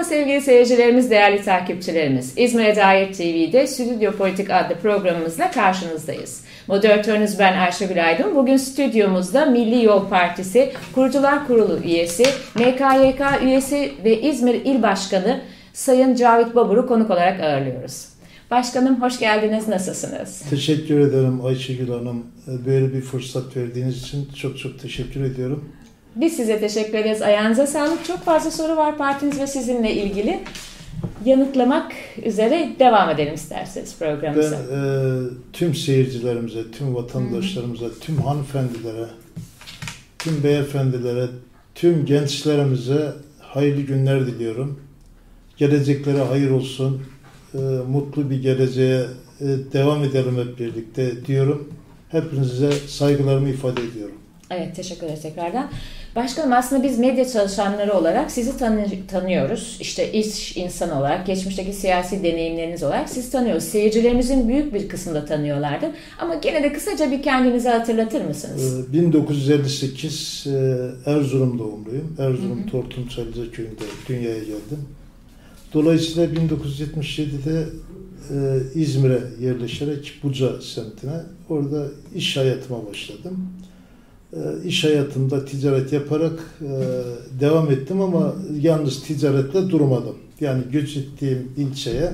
sevgili seyircilerimiz, değerli takipçilerimiz. İzmir'e dair TV'de Stüdyo Politik adlı programımızla karşınızdayız. Moderatörünüz ben Ayşegül Aydın. Bugün stüdyomuzda Milli Yol Partisi Kurucular Kurulu üyesi, MKYK üyesi ve İzmir İl Başkanı Sayın Cavit Babur'u konuk olarak ağırlıyoruz. Başkanım hoş geldiniz, nasılsınız? Teşekkür ederim Ayşegül Hanım. Böyle bir fırsat verdiğiniz için çok teşekkür ediyorum. Biz size teşekkür ederiz. Ayağınıza sağlık. Çok fazla soru var partiniz ve sizinle ilgili. Yanıtlamak üzere devam edelim isterseniz programımıza. Ben tüm seyircilerimize, tüm vatandaşlarımıza, tüm hanımefendilere, tüm beyefendilere, tüm gençlerimize hayırlı günler diliyorum. Gelecekleri hayır olsun. Mutlu bir geleceğe devam edelim hep birlikte diyorum. Hepinize saygılarımı ifade ediyorum. Evet, teşekkür ederiz tekrardan. Başkanım, aslında biz medya çalışanları olarak sizi tanıyoruz. İşte iş insanı olarak, geçmişteki siyasi deneyimleriniz olarak sizi tanıyoruz. Seyircilerimizin büyük bir kısmını da tanıyorlardır. Ama gene de kısaca bir kendinizi hatırlatır mısınız? 1958 Erzurum doğumluyum. Erzurum Tortum Çaylıca köyünde dünyaya geldim. Dolayısıyla 1977'de İzmir'e yerleşerek Buca semtine, orada iş hayatıma başladım. İş hayatımda ticaret yaparak devam ettim ama yalnız ticaretle durmadım. Yani göç ettiğim ilçeye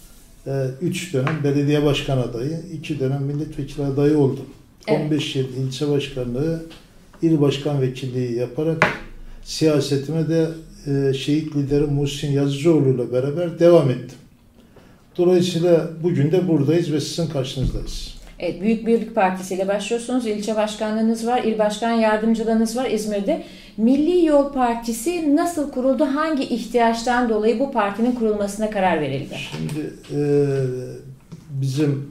3 dönem belediye başkan adayı, 2 dönem milletvekili adayı oldum. Evet. 15 yıl ilçe başkanlığı, il başkan vekilliği yaparak siyasetime de şehit lideri Muhsin Yazıcıoğlu ile beraber devam ettim. Dolayısıyla bugün de buradayız ve sizin karşınızdayız. Evet, Büyük Birlik Partisi ile başlıyorsunuz. İlçe başkanlığınız var, il başkan yardımcılığınız var İzmir'de. Milli Yol Partisi nasıl kuruldu? Hangi ihtiyaçtan dolayı bu partinin kurulmasına karar verildi? Şimdi bizim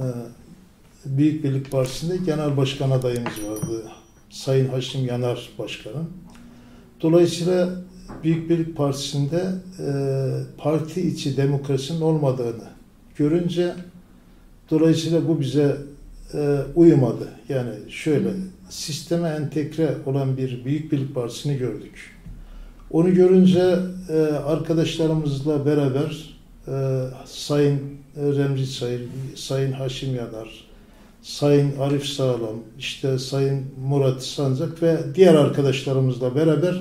Büyük Birlik Partisi'nde genel başkan adayımız vardı. Sayın Haşim Yanar Başkanım. Dolayısıyla Büyük Birlik Partisi'nde parti içi demokrasinin olmadığını görünce, dolayısıyla bu bize uymadı. Yani şöyle, sisteme entegre olan bir Büyük Birlik Partisi'ni gördük. Onu görünce arkadaşlarımızla beraber Sayın Remzi Sayır, Sayın Haşim Yanar, Sayın Arif Sağlam, işte Sayın Murat Sancak ve diğer arkadaşlarımızla beraber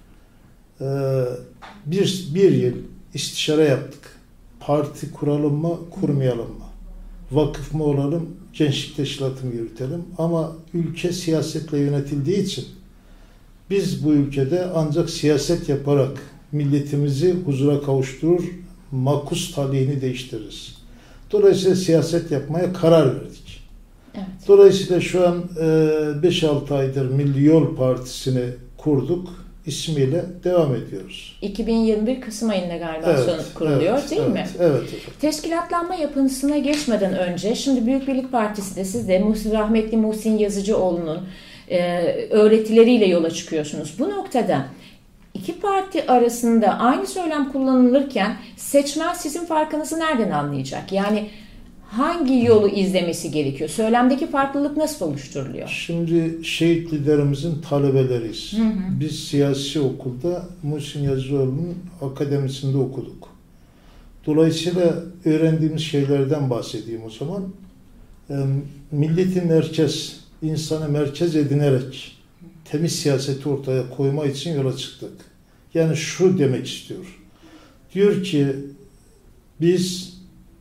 bir yıl istişare yaptık. Parti kuralım mı, kurmayalım mı? Vakıf mı olalım, gençlik teşkilatı mı yürütelim? Ama ülke siyasetle yönetildiği için biz bu ülkede ancak siyaset yaparak milletimizi huzura kavuşturur, makus talihini değiştiririz. Dolayısıyla siyaset yapmaya karar verdik. Evet. Dolayısıyla şu an 5-6 aydır Milli Yol Partisi'ni kurduk. İsmiyle devam ediyoruz. 2021 Kasım ayında galiba kuruluyor değil mi? Evet. Teşkilatlanma yapısına geçmeden önce, şimdi Büyük Birlik Partisi de siz de rahmetli Muhsin Yazıcıoğlu'nun öğretileriyle yola çıkıyorsunuz. Bu noktada iki parti arasında aynı söylem kullanılırken seçmen sizin farkınızı nereden anlayacak? Yani hangi yolu izlemesi gerekiyor? Söylemdeki farklılık nasıl oluşturuluyor? Şimdi şehit liderimizin talebeleriyiz. Biz siyasi okulda Muhsin Yazıcıoğlu'nun akademisinde okuduk. Dolayısıyla öğrendiğimiz şeylerden bahsedeyim o zaman. Milleti merkez, insanı merkez edinerek temiz siyaseti ortaya koyma için yola çıktık. Yani şu demek istiyor. Diyor ki biz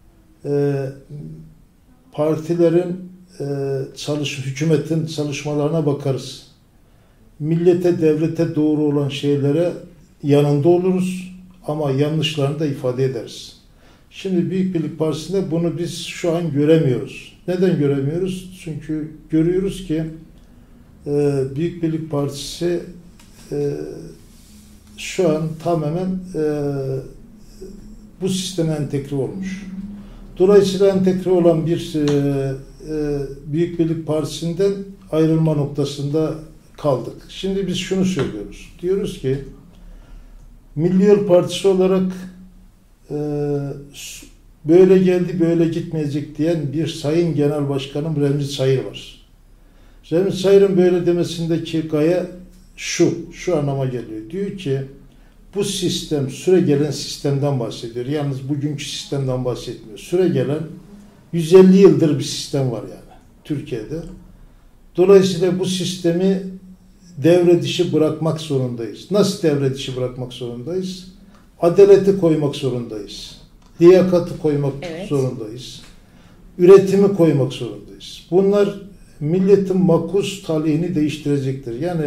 partilerin hükümetin çalışmalarına bakarız. Millete, devlete doğru olan şeylere yanında oluruz ama yanlışlarını da ifade ederiz. Şimdi Büyük Birlik Partisi'nde bunu biz şu an göremiyoruz. Neden göremiyoruz? Çünkü görüyoruz ki Büyük Birlik Partisi şu an tamamen bu sisteme entegre olmuş. Dolayısıyla entegre olan bir Büyük Birlik Partisi'nden ayrılma noktasında kaldık. Şimdi biz şunu söylüyoruz. Diyoruz ki Milli Yol Partisi olarak böyle geldi, böyle gitmeyecek diyen bir Sayın Genel Başkanım Remzi Sayır var. Remzi Sayır'ın böyle demesindeki gaye şu anlama geliyor. Diyor ki bu sistem süregelen sistemden bahsediyor. Yalnız bugünkü sistemden bahsetmiyor. Süregelen 150 yıldır bir sistem var yani Türkiye'de. Dolayısıyla bu sistemi devre dışı bırakmak zorundayız. Nasıl devre dışı bırakmak zorundayız? Adaleti koymak zorundayız. Liyakatı koymak zorundayız. Üretimi koymak zorundayız. Bunlar milletin makus talihini değiştirecektir. Yani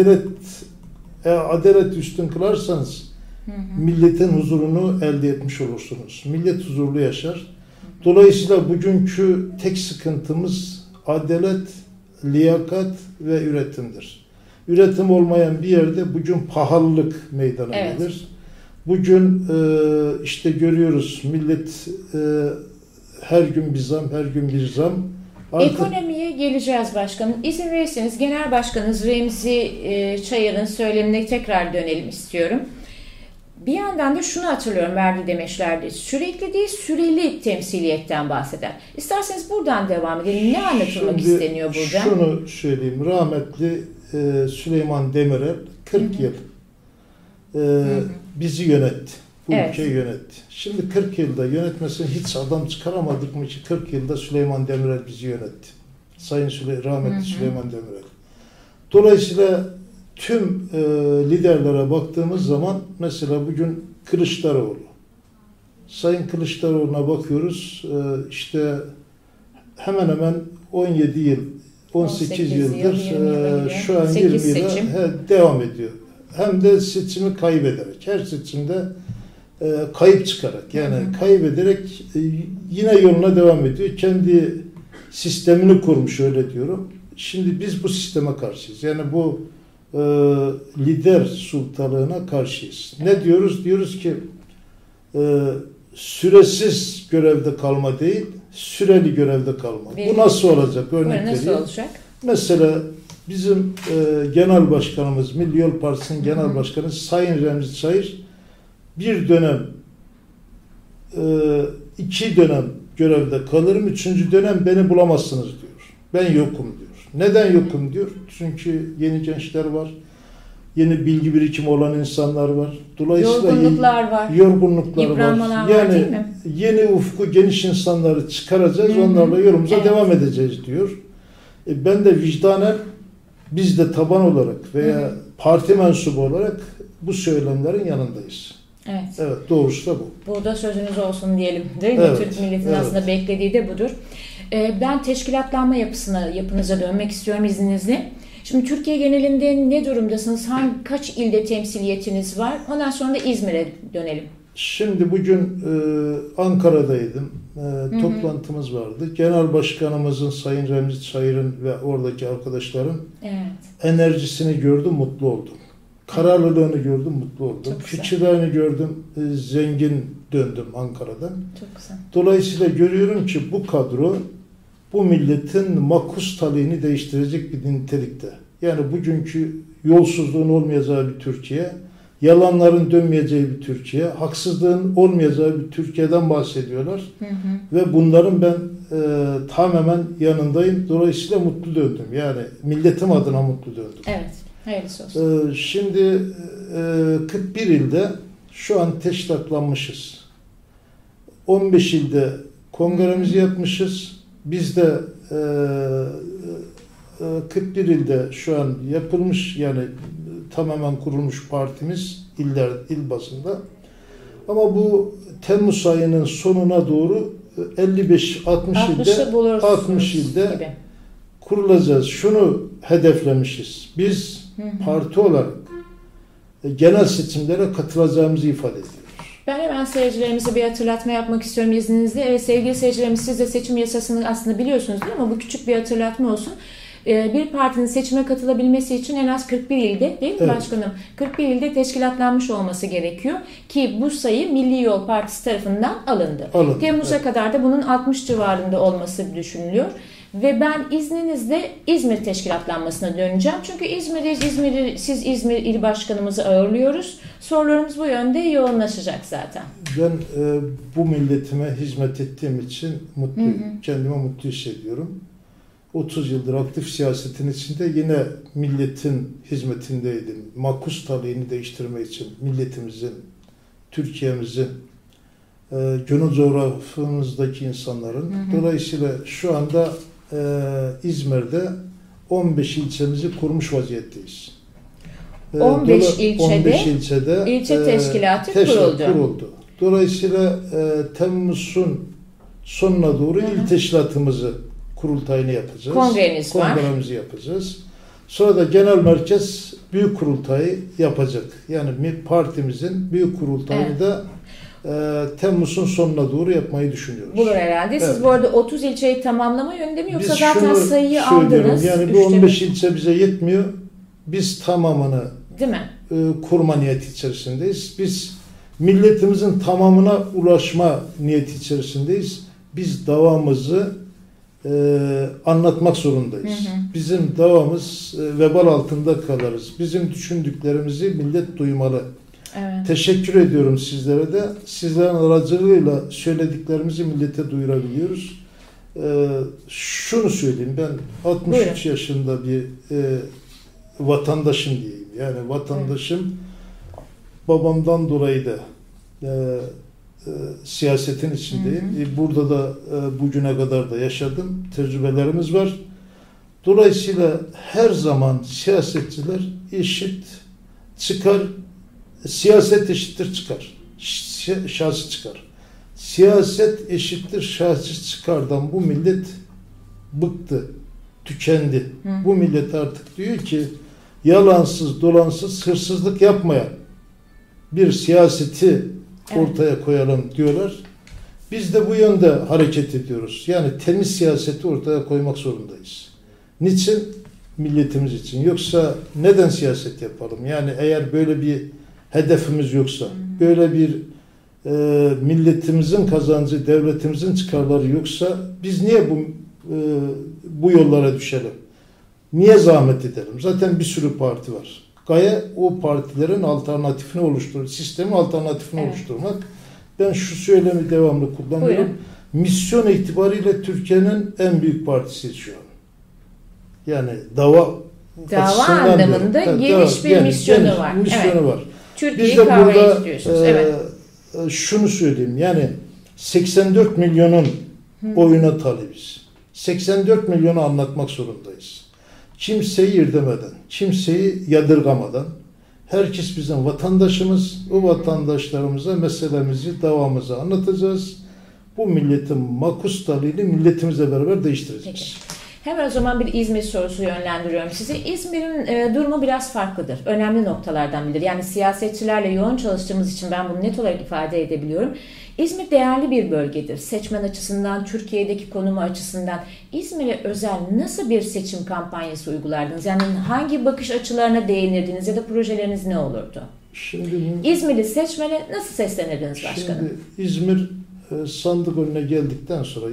adalet üstün kılarsanız milletin huzurunu elde etmiş olursunuz. Millet huzurlu yaşar. Dolayısıyla bugünkü tek sıkıntımız adalet, liyakat ve üretimdir. Üretim olmayan bir yerde bugün pahalılık meydana gelir. Bugün işte görüyoruz millet her gün bir zam, her gün bir zam. Ekonomiye geleceğiz başkanım. İzin verirseniz Genel Başkanınız Remzi Çayır'ın söylemine tekrar dönelim istiyorum. Bir yandan da şunu hatırlıyorum verdiği demeçlerde. Sürekli değil, süreli temsiliyetten bahseder. İsterseniz buradan devam edelim. Ne anlatılmak isteniyor burada? Şunu söyleyeyim. Rahmetli Süleyman Demirel 40 yıl bizi yönetti. Bu ülkeyi yönetti. Şimdi 40 yılda yönetmesini hiç adam çıkaramadık mı ki 40 yılda Süleyman Demirel bizi yönetti. Sayın rahmetli Süleyman Demirel. Dolayısıyla tüm liderlere baktığımız zaman mesela bugün Kılıçdaroğlu. Sayın Kılıçdaroğlu'na bakıyoruz. İşte hemen hemen 17 yıl, 18 yıldır şu an 20 yıla devam ediyor. Hem de seçimi kaybederek, her seçimde kayıp çıkarak, yani kaybederek yine yoluna devam ediyor. Kendi sistemini kurmuş, öyle diyorum. Şimdi biz bu sisteme karşıyız. Yani bu lider sultalığına karşıyız. Ne diyoruz? Diyoruz ki süresiz görevde kalma değil, süreli görevde kalma. Bu nasıl olacak? Örnek vereyim. Mesela bizim genel başkanımız, Milli Yol Partisi'nin genel başkanı Sayın Remzi Çayır bir dönem, 2 dönem görevde kalırım, 3. dönem beni bulamazsınız diyor. Ben yokum diyor. Neden yokum diyor? Çünkü yeni gençler var, yeni bilgi birikimi olan insanlar var. Dolayısıyla yorgunluklar var. Yani yeni ufku geniş insanları çıkaracağız, onlarla yolumuza devam edeceğiz diyor. Ben de vicdanen, biz de taban olarak veya parti mensubu olarak bu söylemlerin yanındayız. Evet, doğrusu da bu. Burada sözünüz olsun diyelim, değil mi? Türk milletinin aslında beklediği de budur. Ben teşkilatlanma yapınıza dönmek istiyorum izninizle. Şimdi Türkiye genelinde ne durumdasınız? Kaç ilde temsiliyetiniz var? Ondan sonra da İzmir'e dönelim. Şimdi bugün Ankara'daydım. Toplantımız vardı. Genel Başkanımızın, Sayın Remzi Çayır'ın ve oradaki arkadaşların enerjisini gördüm, mutlu oldum. Kararlılığını gördüm, mutlu oldum. Fikirlerini gördüm, zengin döndüm Ankara'dan. Çok güzel. Dolayısıyla görüyorum ki bu kadro bu milletin makus talihini değiştirecek bir nitelikte. Yani bugünkü yolsuzluğun olmayacağı bir Türkiye, yalanların dönmeyeceği bir Türkiye, haksızlığın olmayacağı bir Türkiye'den bahsediyorlar. Ve bunların ben tamamen yanındayım. Dolayısıyla mutlu döndüm. Yani milletim adına mutlu döndüm. Evet. Hayırlısı olsun. Şimdi 41 ilde şu an teşkilatlanmışız. 15 ilde kongremizi yapmışız. Biz de 41 ilde şu an yapılmış, yani tamamen kurulmuş partimiz il bazında. Ama bu Temmuz ayının sonuna doğru 60 ilde kurulacağız. Şunu hedeflemişiz. Biz parti olarak genel seçimlere katılacağımızı ifade ediyoruz. Ben hemen seyircilerimize bir hatırlatma yapmak istiyorum izninizle. Evet sevgili seyircilerimiz, siz de seçim yasasını aslında biliyorsunuz değil mi? Ama bu küçük bir hatırlatma olsun. Bir partinin seçime katılabilmesi için en az 41 ilde, değil mi başkanım? 41 ilde teşkilatlanmış olması gerekiyor ki bu sayı Milli Yol Partisi tarafından alındı. Temmuz'a kadar da bunun 60 civarında olması düşünülüyor. Ve ben izninizle İzmir teşkilatlanmasına döneceğim. Çünkü siz İzmir İl Başkanımızı ağırlıyoruz. Sorularımız bu yönde yoğunlaşacak zaten. Ben bu milletime hizmet ettiğim için mutluyum. Kendime mutlu hissediyorum. 30 yıldır aktif siyasetin içinde yine milletin hizmetindeydim. Makus talihini değiştirmek için milletimizin, Türkiye'mizin, gönül coğrafyamızdaki insanların. Dolayısıyla şu anda İzmir'de 15 ilçemizi kurmuş vaziyetteyiz. 15 ilçede ilçe teşkilatı kuruldu. Dolayısıyla Temmuz'un sonuna doğru il teşkilatımızı kurultayını yapacağız. Kongremizi yapacağız. Sonra da genel merkez büyük kurultayı yapacak. Yani partimizin büyük kurultayını da Temmuz'un sonuna doğru yapmayı düşünüyoruz. Bulur herhalde. Siz bu arada 30 ilçeyi tamamlama yönünde mi yoksa biz zaten sayıyı aldınız? Yani bu 15 ilçe bize yetmiyor. Biz tamamını değil mi? Kurma niyeti içerisindeyiz. Biz milletimizin tamamına ulaşma niyeti içerisindeyiz. Biz davamızı anlatmak zorundayız. Bizim davamız vebal altında kalırız. Bizim düşündüklerimizi millet duymalı. Evet. Teşekkür ediyorum sizlere de. Sizlerin aracılığıyla söylediklerimizi millete duyurabiliyoruz. Şunu söyleyeyim, ben 63 yaşında bir vatandaşım diyeyim. Yani vatandaşım, babamdan dolayı da siyasetin içindeyim. Burada da bugüne kadar da yaşadım. Tecrübelerimiz var. Dolayısıyla her zaman siyasetçiler eşit çıkar. Siyaset eşittir çıkar. Şahsı çıkar. Siyaset eşittir şahsı çıkardan bu millet bıktı, tükendi. Bu millet artık diyor ki yalansız, dolansız, hırsızlık yapmayan bir siyaseti ortaya koyalım diyorlar. Biz de bu yönde hareket ediyoruz. Yani temiz siyaseti ortaya koymak zorundayız. Niçin? Milletimiz için. Yoksa neden siyaset yapalım? Yani eğer böyle bir hedefimiz yoksa, böyle bir milletimizin kazancı, devletimizin çıkarları yoksa biz niye bu yollara düşelim? Niye zahmet edelim? Zaten bir sürü parti var. Gaye o partilerin alternatifini oluşturmak, sistemin alternatifini oluşturmak. Ben şu söylemi devamlı kullanıyorum. Buyurun. Misyon itibariyle Türkiye'nin en büyük partisi şu an. Yani dava anlamında geniş bir misyonu var. Misyonu var. Türkiye'yi kavramak istiyorsunuz. Şunu söyleyeyim. Yani 84 milyonun oyuna talibiz. 84 milyonu anlatmak zorundayız. Kimseyi irdemeden, kimseyi yadırgamadan, herkes bizim vatandaşımız, o vatandaşlarımıza meselemizi, davamızı anlatacağız. Bu milletin makus talihini milletimizle beraber değiştireceğiz. Peki. Hemen o zaman bir İzmir sorusu yönlendiriyorum size. İzmir'in durumu biraz farklıdır. Önemli noktalardan biridir. Yani siyasetçilerle yoğun çalıştığımız için ben bunu net olarak ifade edebiliyorum. İzmir değerli bir bölgedir. Seçmen açısından, Türkiye'deki konumu açısından İzmir'e özel nasıl bir seçim kampanyası uygulardınız? Yani hangi bakış açılarına değinirdiniz ya da projeleriniz ne olurdu? İzmirli seçmene nasıl seslenirdiniz başkanım? Şimdi İzmir sandık önüne geldikten sonra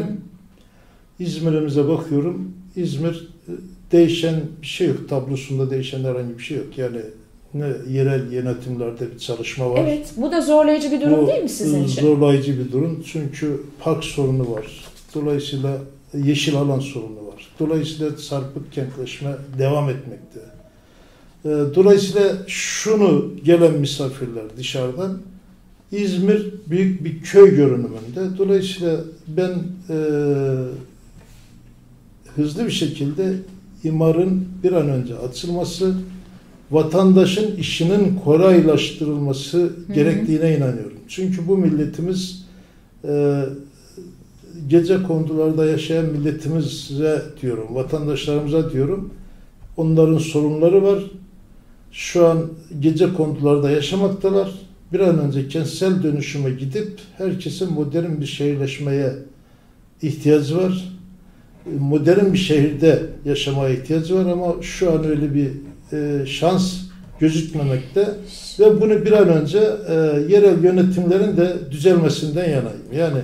İzmir'imize bakıyorum. İzmir değişen bir şey yok. Tablosunda değişen herhangi bir şey yok. Yani ne yerel yönetimlerde bir çalışma var. Evet. Bu da zorlayıcı bir durum değil mi sizin için? Zorlayıcı bir durum. Çünkü park sorunu var. Dolayısıyla yeşil alan sorunu var. Dolayısıyla sarpık kentleşme devam etmekte. Dolayısıyla şunu gelen misafirler dışarıdan, İzmir büyük bir köy görünümünde. Dolayısıyla ben hızlı bir şekilde imarın bir an önce açılması, vatandaşın işinin kolaylaştırılması gerektiğine inanıyorum. Çünkü bu milletimiz gecekondularda yaşayan milletimize diyorum, vatandaşlarımıza diyorum, onların sorunları var. Şu an gecekondularda yaşamaktalar. Bir an önce kentsel dönüşüme gidip herkesin modern bir şehirleşmeye ihtiyacı var. Modern bir şehirde yaşamaya ihtiyacı var ama şu an öyle bir şans gözükmemekte ve bunu bir an önce yerel yönetimlerin de düzelmesinden yanayım. Yani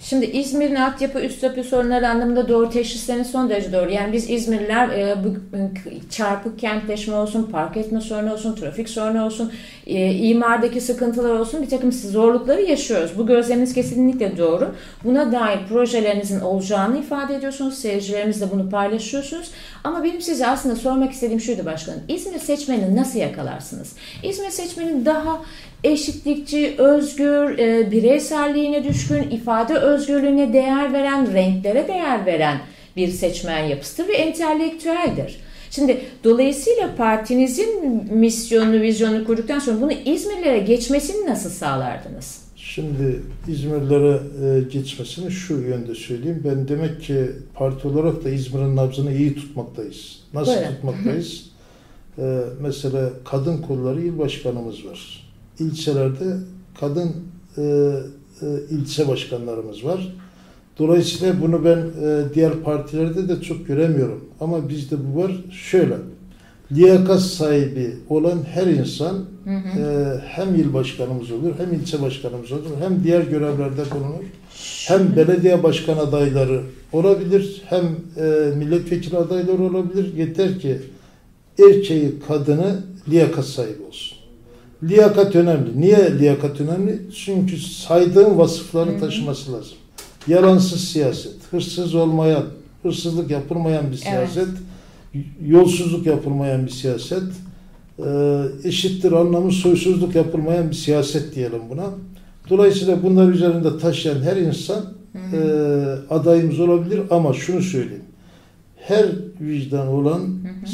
Şimdi İzmir'in altyapı, üst yapı sorunları anlamında doğru teşhislerin son derece doğru. Yani biz İzmirliler bu çarpık kentleşme olsun, park etme sorunu olsun, trafik sorunu olsun, imardaki sıkıntılar olsun bir takım zorlukları yaşıyoruz. Bu gözleminiz kesinlikle doğru. Buna dair projelerinizin olacağını ifade ediyorsunuz. Seyircilerimizle bunu paylaşıyorsunuz. Ama benim size aslında sormak istediğim şuydu başkanım. İzmir seçmenini nasıl yakalarsınız? İzmir seçmenin daha eşitlikçi, özgür, bireyselliğine düşkün, ifade özgürlüğüne değer veren, renklere değer veren bir seçmen yapısıdır ve entelektüeldir. Şimdi dolayısıyla partinizin misyonunu, vizyonunu kurduktan sonra bunu İzmirlilere geçmesini nasıl sağlardınız? Şimdi İzmirlilere geçmesini şu yönde söyleyeyim. Ben demek ki parti olarak da İzmir'in nabzını iyi tutmaktayız. Nasıl tutmaktayız? Mesela kadın kolları il başkanımız var. İlçelerde kadın ilçe başkanlarımız var. Dolayısıyla bunu ben diğer partilerde de çok göremiyorum. Ama bizde bu var. Şöyle, liyakat sahibi olan her insan hem il başkanımız olur, hem ilçe başkanımız olur, hem diğer görevlerde bulunur. Hem belediye başkan adayları olabilir, hem milletvekili adayları olabilir. Yeter ki erkeği, kadını liyakat sahibi olsun. Liyakat önemli. Niye liyakat önemli? Çünkü saydığım vasıfları taşıması lazım. Yalansız siyaset, hırsız olmayan, hırsızlık yapılmayan bir siyaset, yolsuzluk yapılmayan bir siyaset, eşittir anlamı soysuzluk yapılmayan bir siyaset diyelim buna. Dolayısıyla bunlar üzerinde taşıyan her insan adayımız olabilir ama şunu söyleyeyim. Her vicdan olan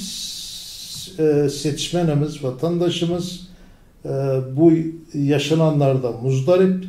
seçmenimiz, vatandaşımız bu yaşananlardan muzdarip,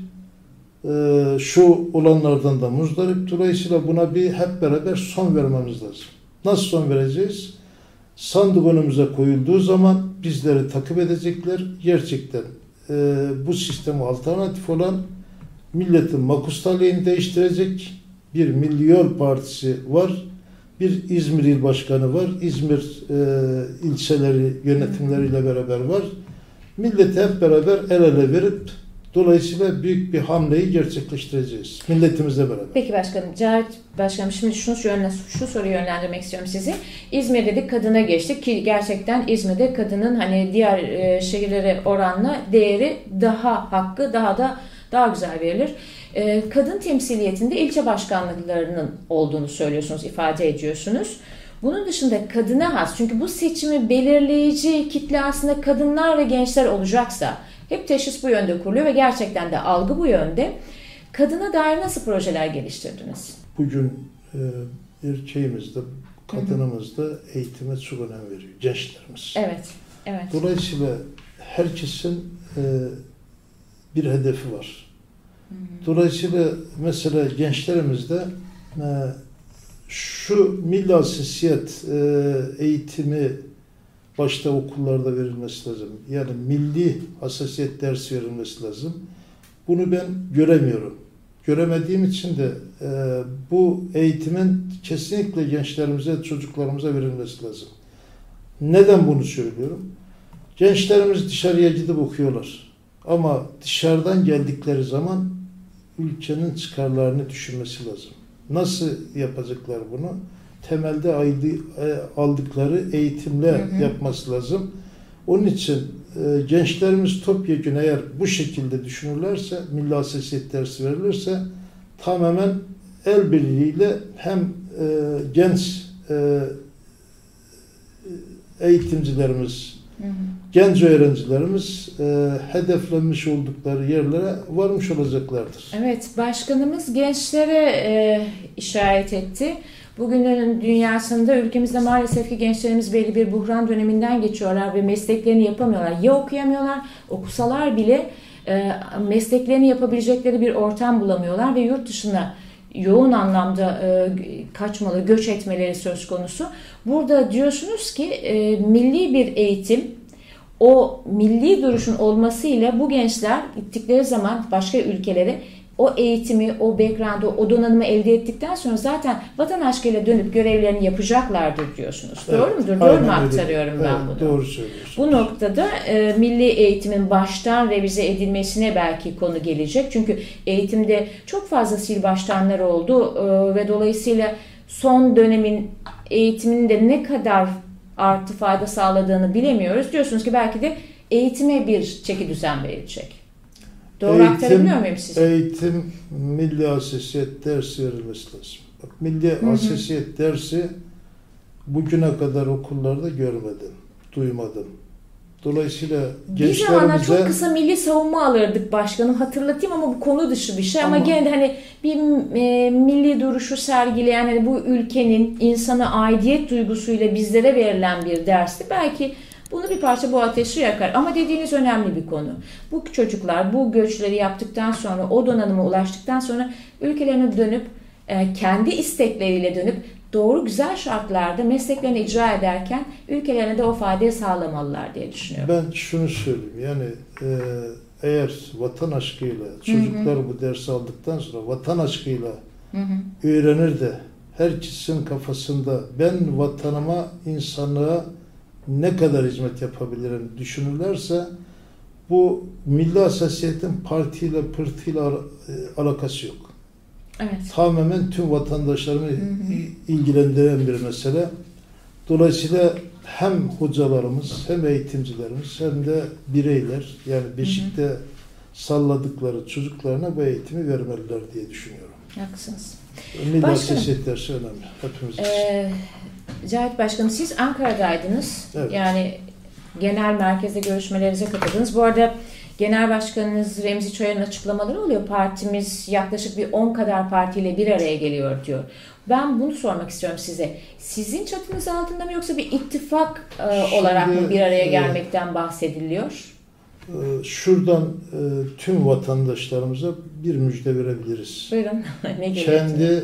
şu olanlardan da muzdarip. Dolayısıyla buna bir hep beraber son vermemiz lazım. Nasıl son vereceğiz? Sandık önümüze koyulduğu zaman bizleri takip edecekler. Gerçekten bu sisteme alternatif olan milletin makustalliğini değiştirecek bir Milli Yol Partisi var. Bir İzmir İl Başkanı var. İzmir ilçeleri yönetimleriyle beraber var. Milleti hep beraber el ele verip dolayısıyla büyük bir hamleyi gerçekleştireceğiz. Milletimizle beraber. Peki başkanım, Cahit Başkanım şimdi şu soruyu yönlendirmek istiyorum sizi. İzmir dedik, kadına geçtik ki gerçekten İzmir'de kadının hani diğer şehirlere oranla değeri hakkı daha güzel verilir. Kadın temsiliyetinde ilçe başkanlıklarının olduğunu söylüyorsunuz, ifade ediyorsunuz. Bunun dışında kadına has, çünkü bu seçimi belirleyici kitle aslında kadınlar ve gençler olacaksa, hep teşhis bu yönde kuruluyor ve gerçekten de algı bu yönde. Kadına dair nasıl projeler geliştirdiniz? Bugün erkeğimizde, kadınımızda eğitime çok önem veriyor. Gençlerimiz. Evet. Dolayısıyla herkesin bir hedefi var. Dolayısıyla mesela gençlerimizde şu milli hassasiyet eğitimi başta okullarda verilmesi lazım. Yani milli hassasiyet dersi verilmesi lazım. Bunu ben göremiyorum. Göremediğim için de bu eğitimin kesinlikle gençlerimize, çocuklarımıza verilmesi lazım. Neden bunu söylüyorum? Gençlerimiz dışarıya gidip okuyorlar. Ama dışarıdan geldikleri zaman ülkenin çıkarlarını düşünmesi lazım. Nasıl yapacaklar bunu? Temelde aldıkları eğitimle yapması lazım. Onun için gençlerimiz topyekun eğer bu şekilde düşünürlerse, milli hassasiyet dersi verilirse tamamen el birliğiyle hem genç eğitimcilerimiz, genç öğrencilerimiz hedeflenmiş oldukları yerlere varmış olacaklardır. Evet, başkanımız gençlere işaret etti. Bugünün dünyasında ülkemizde maalesef ki gençlerimiz belli bir buhran döneminden geçiyorlar ve mesleklerini yapamıyorlar. Ya okuyamıyorlar, okusalar bile mesleklerini yapabilecekleri bir ortam bulamıyorlar ve yurt dışına yoğun anlamda kaçmalı, göç etmeleri söz konusu. Burada diyorsunuz ki milli bir eğitim, o milli duruşun olmasıyla bu gençler gittikleri zaman başka ülkelere o eğitimi, o background'u, o donanımı elde ettikten sonra zaten vatan aşkıyla dönüp görevlerini yapacaklardır diyorsunuz. Evet, doğru mudur? Doğru mu aktarıyorum ben bunu? Doğru söylüyorsunuz. Bu noktada milli eğitimin baştan revize edilmesine belki konu gelecek. Çünkü eğitimde çok fazla sil baştanlar oldu ve dolayısıyla son dönemin eğitiminin de ne kadar artı fayda sağladığını bilemiyoruz. Diyorsunuz ki belki de eğitime bir çeki düzen verilecek. Doğru aktarabiliyor muyum size? Eğitim, milli hassasiyet dersi verilmesi lazım. Bak, milli hassasiyet dersi bugüne kadar okullarda görmedim, duymadım. Dolayısıyla bir zamanlar çok kısa milli savunma alırdık başkanım, hatırlatayım ama bu konu dışı bir şey. Ama gene de hani bir milli duruşu sergileyen, hani bu ülkenin insana aidiyet duygusuyla bizlere verilen bir dersti. Belki bunu bir parça bu ateşi yakar. Ama dediğiniz önemli bir konu. Bu çocuklar bu göçleri yaptıktan sonra, o donanıma ulaştıktan sonra ülkelerine dönüp, kendi istekleriyle dönüp doğru güzel şartlarda mesleklerini icra ederken ülkelerine de o faydayı sağlamalılar diye düşünüyorum. Ben şunu söyleyeyim, yani eğer vatan aşkıyla çocuklar bu dersi aldıktan sonra vatan aşkıyla öğrenir de herkesin kafasında ben vatanıma, insanlığa ne kadar hizmet yapabilirim düşünürlerse bu milli hassasiyetin partiyle pırtıyla alakası yok. Evet. Tamamen tüm vatandaşlarımı ilgilendiren bir mesele. Dolayısıyla hem hocalarımız, hem eğitimcilerimiz, hem de bireyler, yani beşikte salladıkları çocuklarına bu eğitimi vermeliler diye düşünüyorum. Haklısınız. Milli hassasiyet dersi önemli hepimiz için. Cahit Başkanım, siz Ankara'daydınız. Evet. Yani genel merkezde görüşmelerinize katıldınız. Bu arada Genel Başkanınız Remzi Çoyar'ın açıklamaları oluyor. Partimiz yaklaşık bir 10 kadar partiyle bir araya geliyor diyor. Ben bunu sormak istiyorum size. Sizin çatınız altında mı yoksa bir ittifak olarak mı bir araya gelmekten bahsediliyor? Şuradan tüm vatandaşlarımıza bir müjde verebiliriz. Buyurun. Ne kendi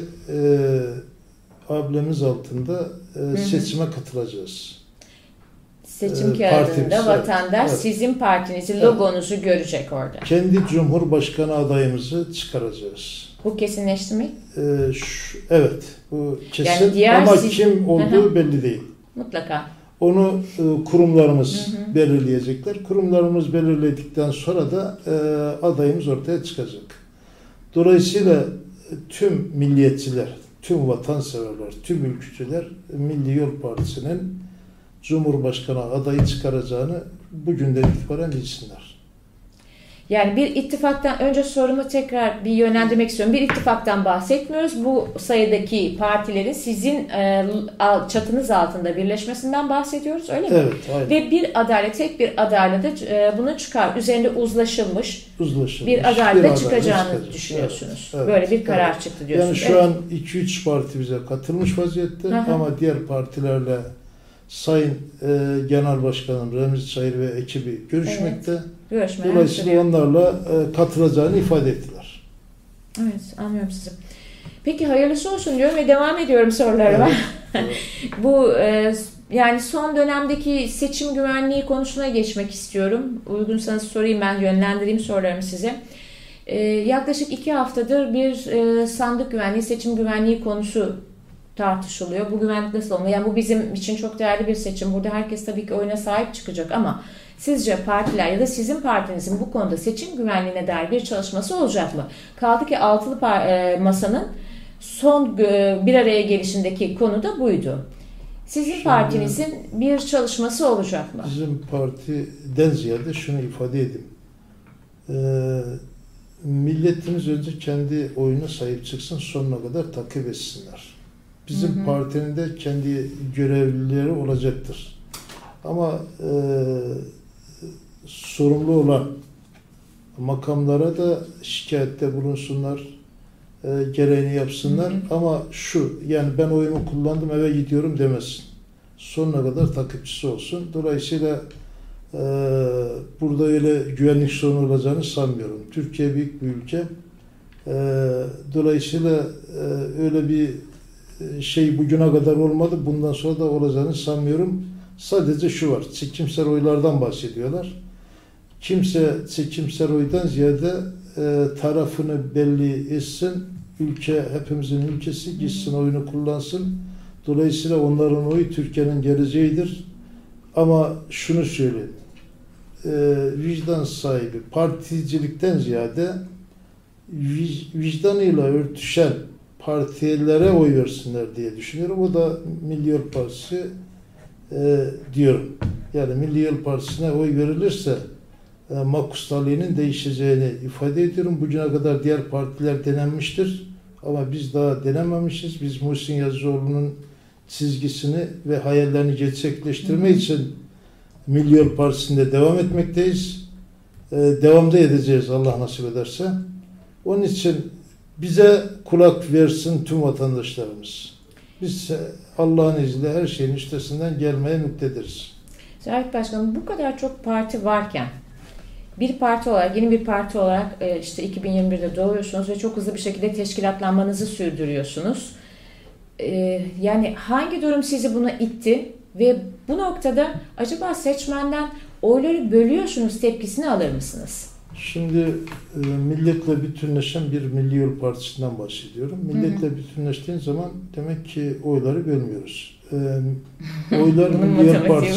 ablemiz altında seçime katılacağız. Seçim kağıdında vatandaş sizin partinizin logonuzu görecek orada. Kendi Cumhurbaşkanı adayımızı çıkaracağız. Bu kesinleşti mi? Evet. Bu kesin yani ama kim olduğu belli değil. Mutlaka. Onu kurumlarımız belirleyecekler. Kurumlarımız belirledikten sonra da adayımız ortaya çıkacak. Dolayısıyla tüm milliyetçiler, tüm vatanseverler, tüm ülkücüler Milli Yol Partisi'nin Cumhurbaşkanı adayı çıkaracağını bugünden itibaren bilsinler. Yani bir ittifaktan, önce sorumu tekrar bir yönlendirmek istiyorum. Bir ittifaktan bahsetmiyoruz. Bu sayıdaki partilerin sizin çatınız altında birleşmesinden bahsediyoruz, öyle mi? Evet, aynen. Ve bir adayla, tek bir adayla da bunu çıkar. Üzerinde uzlaşılmış bir adayla çıkacağını düşünüyorsunuz. Evet, böyle bir karar çıktı diyorsunuz. Yani şu an 2-3 parti bize katılmış vaziyette ama diğer partilerle Sayın Genel Başkanım Remzi Çayır ve ekibi görüşmekte. Dolayısıyla onlarla katılacağını ifade ettiler. Evet, anlıyorum sizi. Peki hayırlısı olsun diyorum ve devam ediyorum sorularıma. Evet. Bu yani son dönemdeki seçim güvenliği konusuna geçmek istiyorum. Uygunsanız sorayım, ben yönlendireyim sorularımı size. Yaklaşık 2 haftadır bir sandık güvenliği, seçim güvenliği konusu tartışılıyor. Bu güvenlik nasıl olmalı? Yani bu bizim için çok değerli bir seçim. Burada herkes tabii ki oyuna sahip çıkacak ama sizce partiler ya da sizin partinizin bu konuda seçim güvenliğine dair bir çalışması olacak mı? Kaldı ki altılı masanın son bir araya gelişindeki konu da buydu. Sizin partinizin bir çalışması olacak mı? Bizim partiden ziyade şunu ifade edeyim. Milletimiz önce kendi oyuna sahip çıksın, sonuna kadar takip etsinler. Bizim partinin de kendi görevlileri olacaktır. Ama sorumlu olan makamlara da şikayette bulunsunlar, gereğini yapsınlar. Ama şu, yani ben oyumu kullandım eve gidiyorum demesin. Sonuna kadar takipçisi olsun. Dolayısıyla burada öyle güvenlik sorunu olacağını sanmıyorum. Türkiye büyük bir ülke. Dolayısıyla öyle bir şey bugüne kadar olmadı. Bundan sonra da olacağını sanmıyorum. Sadece şu var. Çekimsel oylardan bahsediyorlar. kimse çekimsel oydan ziyade tarafını belli etsin. Ülke hepimizin ülkesi, gitsin oyunu kullansın. Dolayısıyla onların oyu Türkiye'nin geleceğidir. Ama şunu söyleyeyim. Vicdan sahibi particilikten ziyade vicdanıyla örtüşen partilere oy versinler diye düşünüyorum. O da Milli Yol Partisi diyorum. Yani Milli Yol Partisi'ne oy verilirse makustalliğinin değişeceğini ifade ediyorum. Bugüne kadar diğer partiler denenmiştir. Ama biz daha denememişiz. Biz Muhsin Yazıcıoğlu'nun çizgisini ve hayallerini gerçekleştirmek için Milli Yol Partisi'nde devam etmekteyiz. Devam da edeceğiz Allah nasip ederse. Onun için bize kulak versin tüm vatandaşlarımız. Biz Allah'ın izniyle her şeyin üstesinden gelmeye müktediriz. Cahit Başkanım, bu kadar çok parti varken bir parti olarak, yeni bir parti olarak işte 2021'de doğuyorsunuz ve çok hızlı bir şekilde teşkilatlanmanızı sürdürüyorsunuz. Yani hangi durum sizi buna itti ve bu noktada acaba seçmenden oyları bölüyorsunuz tepkisini alır mısınız? Şimdi milletle bütünleşen bir Milli Yol Partisi'nden bahsediyorum. Milletle bütünleştiğin zaman demek ki oyları bölmüyoruz. Oylar Milli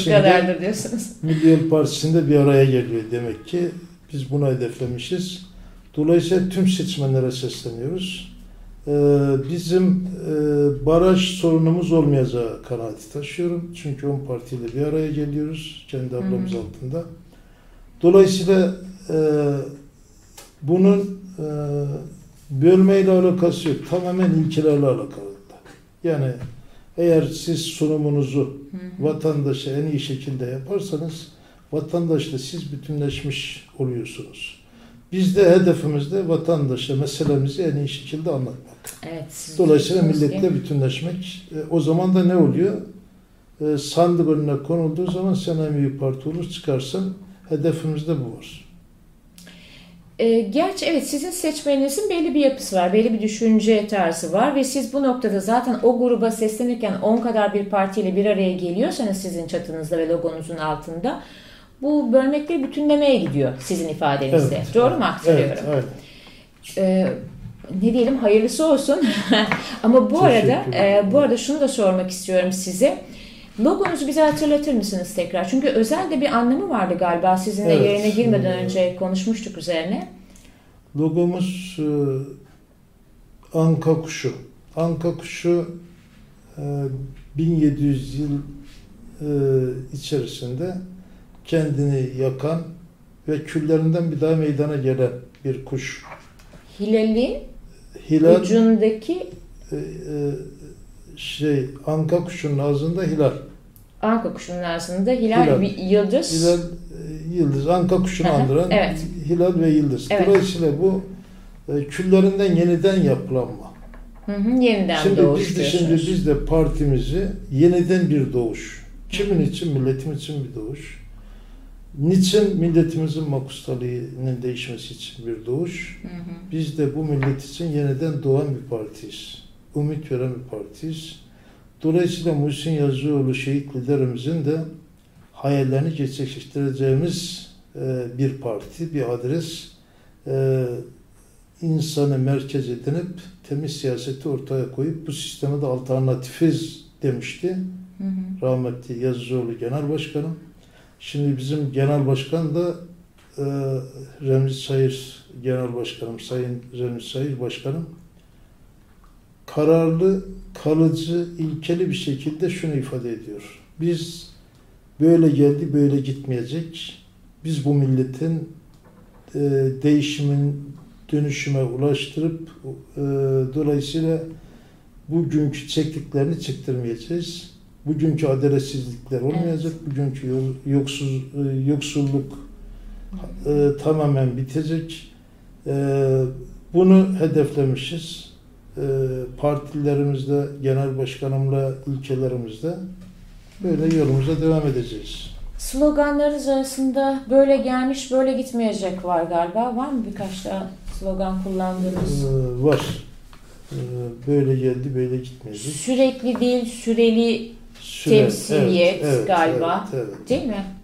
Yol Partisi'nde bir araya geliyor demek ki. Biz buna hedeflemişiz. Dolayısıyla tüm seçmenlere sesleniyoruz. Bizim baraj sorunumuz olmayacağı kanaati taşıyorum. Çünkü 10 partiyle bir araya geliyoruz. Kendi ablamız altında. Dolayısıyla bunun bölmeyle alakası yok. Tamamen ilkelerle alakalı. Yani eğer siz sunumunuzu vatandaşa en iyi şekilde yaparsanız vatandaşla siz bütünleşmiş oluyorsunuz. Biz de hedefimizde vatandaşa meselemizi en iyi şekilde anlatmak. Evet, dolayısıyla milletle bütünleşmek. O zaman da ne oluyor? Sandık önüne konulduğu zaman sen en büyük parti olur çıkarsın. Hedefimizde bu var. Gerçi evet, sizin seçmeninizin belli bir yapısı var, belli bir düşünce tarzı var ve siz bu noktada zaten o gruba seslenirken 10 kadar bir partiyle bir araya geliyorsanız sizin çatınızda ve logonuzun altında bu bölmekle bütünlemeye gidiyor sizin ifadenizde. Evet, doğru mu aktarıyorum? Evet. Ne diyelim, hayırlısı olsun. Ama bu arada şunu da sormak istiyorum size. Logonuzu bize hatırlatır mısınız tekrar? Çünkü özel de bir anlamı vardı galiba. Sizinle yayına girmeden önce konuşmuştuk üzerine. Logomuz anka kuşu. Anka kuşu 1700 yıl içerisinde kendini yakan ve küllerinden bir daha meydana gelen bir kuş. Hilal ucundaki anka kuşunun ağzında hilal. Anka kuşunun ağzında hilal. Bir yıldız. Hilal, yıldız. Anka kuşunu andıran hilal ve yıldız. Evet. Dolayısıyla bu küllerinden yeniden yapılanma. Yeniden doğuş şimdi biz de partimizi yeniden bir doğuş. Kimin için? Milletim için bir doğuş. Niçin? Milletimizin makustalliğinin değişmesi için bir doğuş. Biz de bu millet için yeniden doğan bir partiyiz. Umut veren bir partiyiz. Dolayısıyla Muhsin Yazıcıoğlu şehit liderimizin de hayallerini gerçekleştireceğimiz bir parti, bir adres. İnsanı merkez edinip temiz siyaseti ortaya koyup bu sisteme de alternatifiz demişti. Rahmetli Yazıcıoğlu Genel Başkanım. Şimdi bizim Genel Başkan da Remzi Sayır Genel Başkanım, Sayın Remzi Sayır Başkanım kararlı, kalıcı, ilkeli bir şekilde şunu ifade ediyor. Biz böyle geldi, böyle gitmeyecek. Biz bu milletin değişimin dönüşüme ulaştırıp dolayısıyla bugünkü çektiklerini çektirmeyeceğiz. Bugünkü adaletsizlikler olmayacak. Bugünkü yoksulluk tamamen bitecek. Bunu hedeflemişiz. Partilerimizde, genel başkanımla, ülkelerimizde böyle yolumuza devam edeceğiz. Sloganlarınız arasında böyle gelmiş, böyle gitmeyecek var galiba. Var mı birkaç daha slogan kullandığınız? Var. Böyle geldi, böyle gitmeyecek. Sürekli değil, süreli temsiliyet galiba. Evet. Değil mi?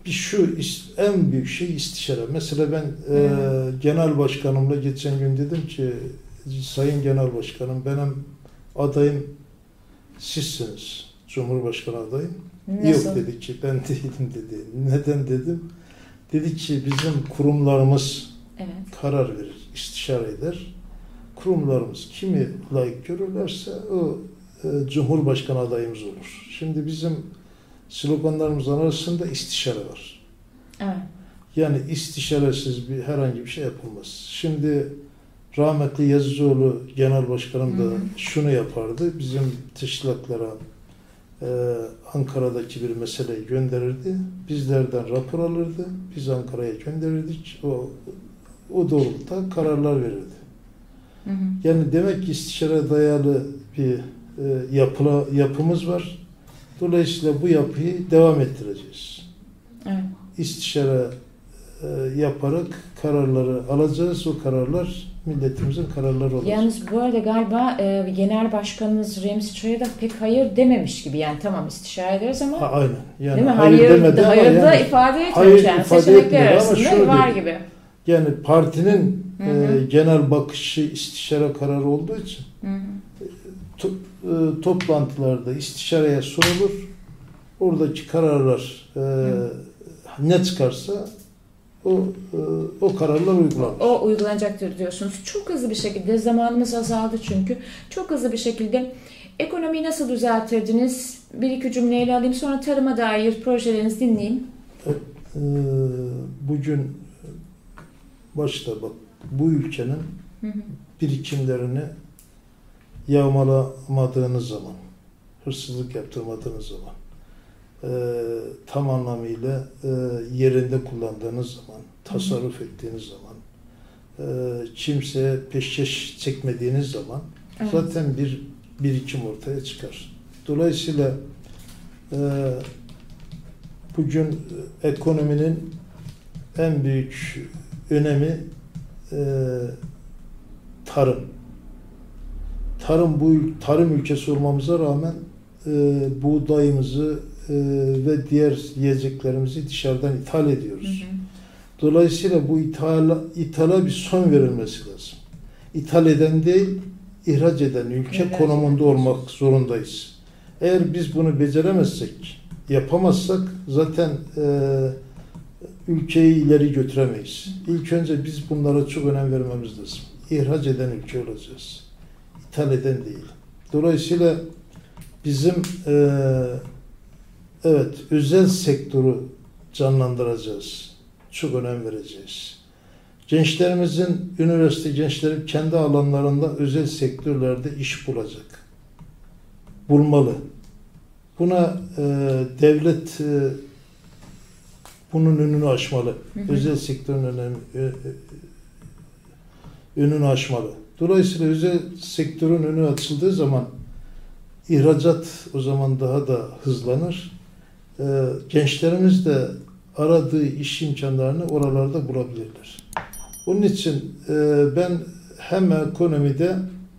en büyük şey istişare. Mesela ben genel başkanımla geçen gün dedim ki Sayın Genel Başkanım benim adayım sizsiniz. Cumhurbaşkanı adayım. Nasıl? Yok dedi ki ben değilim dedi. Neden dedim. Dedi ki bizim kurumlarımız karar verir, istişare eder. Kurumlarımız kimi layık görürlerse o Cumhurbaşkanı adayımız olur. Şimdi bizim sloganlarımızın arasında istişare var. Evet. Yani istişaresiz herhangi bir şey yapılmaz. Şimdi rahmetli Yazıcıoğlu Genel Başkanım da şunu yapardı. Bizim teşkilatlara Ankara'daki bir meseleyi gönderirdi. Bizlerden rapor alırdı. Biz Ankara'ya gönderirdik. O doğrultuda kararlar verirdi. Yani demek ki istişare dayalı bir yapımız var. Dolayısıyla bu yapıyı devam ettireceğiz. Evet. İstişare yaparak kararları alacağız. O kararlar milletimizin kararları olacak. Yalnız bu arada galiba Genel Başkanımız Remzi Çoya da pek hayır dememiş gibi. Yani tamam istişare ederiz ama aynen. Yani değil mi? Hayır da ifade etmemiş. Yani seçenekler arasında var gibi. Yani partinin genel bakışı istişare kararı olduğu için toplantılarda istişareye sorulur. Oradaki kararlar ne çıkarsa o kararlar uygulanır. O uygulanacaktır diyorsunuz. Çok hızlı bir şekilde, zamanımız azaldı çünkü. Çok hızlı bir şekilde ekonomiyi nasıl düzeltirdiniz? Bir iki cümleyle alayım. Sonra tarıma dair projelerinizi dinleyeyim. Bugün başta bak bu ülkenin birikimlerini yağmalamadığınız zaman, hırsızlık yaptırmadığınız zaman, tam anlamıyla yerinde kullandığınız zaman, tasarruf ettiğiniz zaman, kimseye peşkeş çekmediğiniz zaman zaten bir birikim ortaya çıkar. Dolayısıyla bugün ekonominin en büyük önemi tarım. Tarım ülkesi olmamıza rağmen buğdayımızı ve diğer yiyeceklerimizi dışarıdan ithal ediyoruz. Dolayısıyla bu ithala bir son verilmesi lazım. İthal eden değil, ihraç eden ülke konumunda olmak zorundayız. Eğer biz bunu beceremezsek, yapamazsak zaten ülkeyi ileri götüremeyiz. İlk önce biz bunlara çok önem vermemiz lazım. İhraç eden ülke olacağız. İthal eden değil. Dolayısıyla bizim özel sektörü canlandıracağız. Çok önem vereceğiz. Gençlerimizin, üniversite gençleri kendi alanlarında özel sektörlerde iş bulacak. Bulmalı. Buna devlet bunun önünü aşmalı. Özel sektörün önünü aşmalı. Dolayısıyla özel sektörün önü açıldığı zaman ihracat o zaman daha da hızlanır. Gençlerimiz de aradığı iş imkanlarını oralarda bulabilirler. Onun için ben hem ekonomide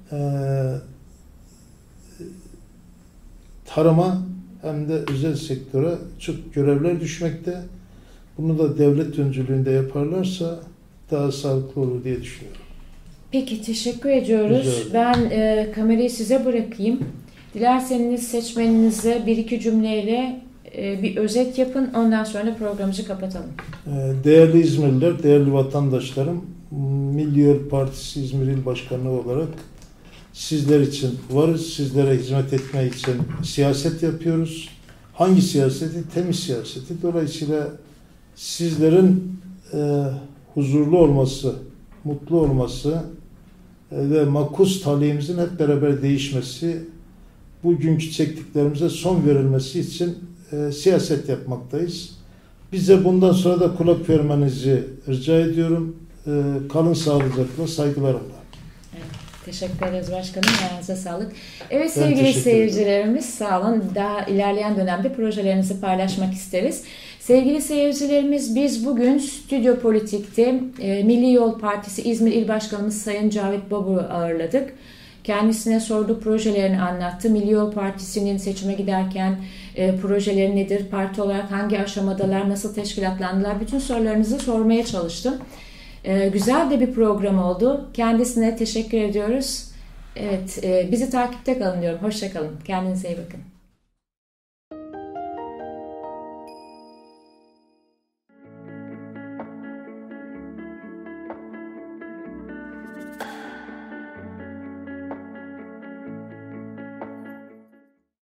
tarıma hem de özel sektöre çok görevler düşmekte. Bunu da devlet öncülüğünde yaparlarsa daha sağlıklı olur diye düşünüyorum. Peki, teşekkür ediyoruz. Ben kamerayı size bırakayım. Dilerseniz seçmeninize bir iki cümleyle bir özet yapın. Ondan sonra programımızı kapatalım. Değerli İzmirliler, değerli vatandaşlarım, Milli Yol Partisi İzmir İl Başkanı olarak sizler için varız. Sizlere hizmet etmek için siyaset yapıyoruz. Hangi siyaseti? Temiz siyaseti. Dolayısıyla sizlerin huzurlu olması, mutlu olması ve makus talihimizin hep beraber değişmesi, bugünkü çektiklerimize son verilmesi için siyaset yapmaktayız. Bize bundan sonra da kulak vermenizi rica ediyorum. Kalın sağlıcakla, saygılarımla. Evet, teşekkür ederiz başkanım. Ayağınıza sağlık. Evet sevgili seyircilerimiz, sağ olun. Daha ilerleyen dönemde projelerinizi paylaşmak isteriz. Sevgili seyircilerimiz, biz bugün Stüdyo Politik'te Milli Yol Partisi İzmir İl Başkanımız Sayın Cavit Babur'u ağırladık. Kendisine sorduğu projelerini anlattı. Milli Yol Partisi'nin seçime giderken projeleri nedir, parti olarak hangi aşamadalar, nasıl teşkilatlandılar, bütün sorularınızı sormaya çalıştım. Güzel de bir program oldu. Kendisine teşekkür ediyoruz. Evet, bizi takipte kalın diyorum. Hoşça kalın. Kendinize iyi bakın.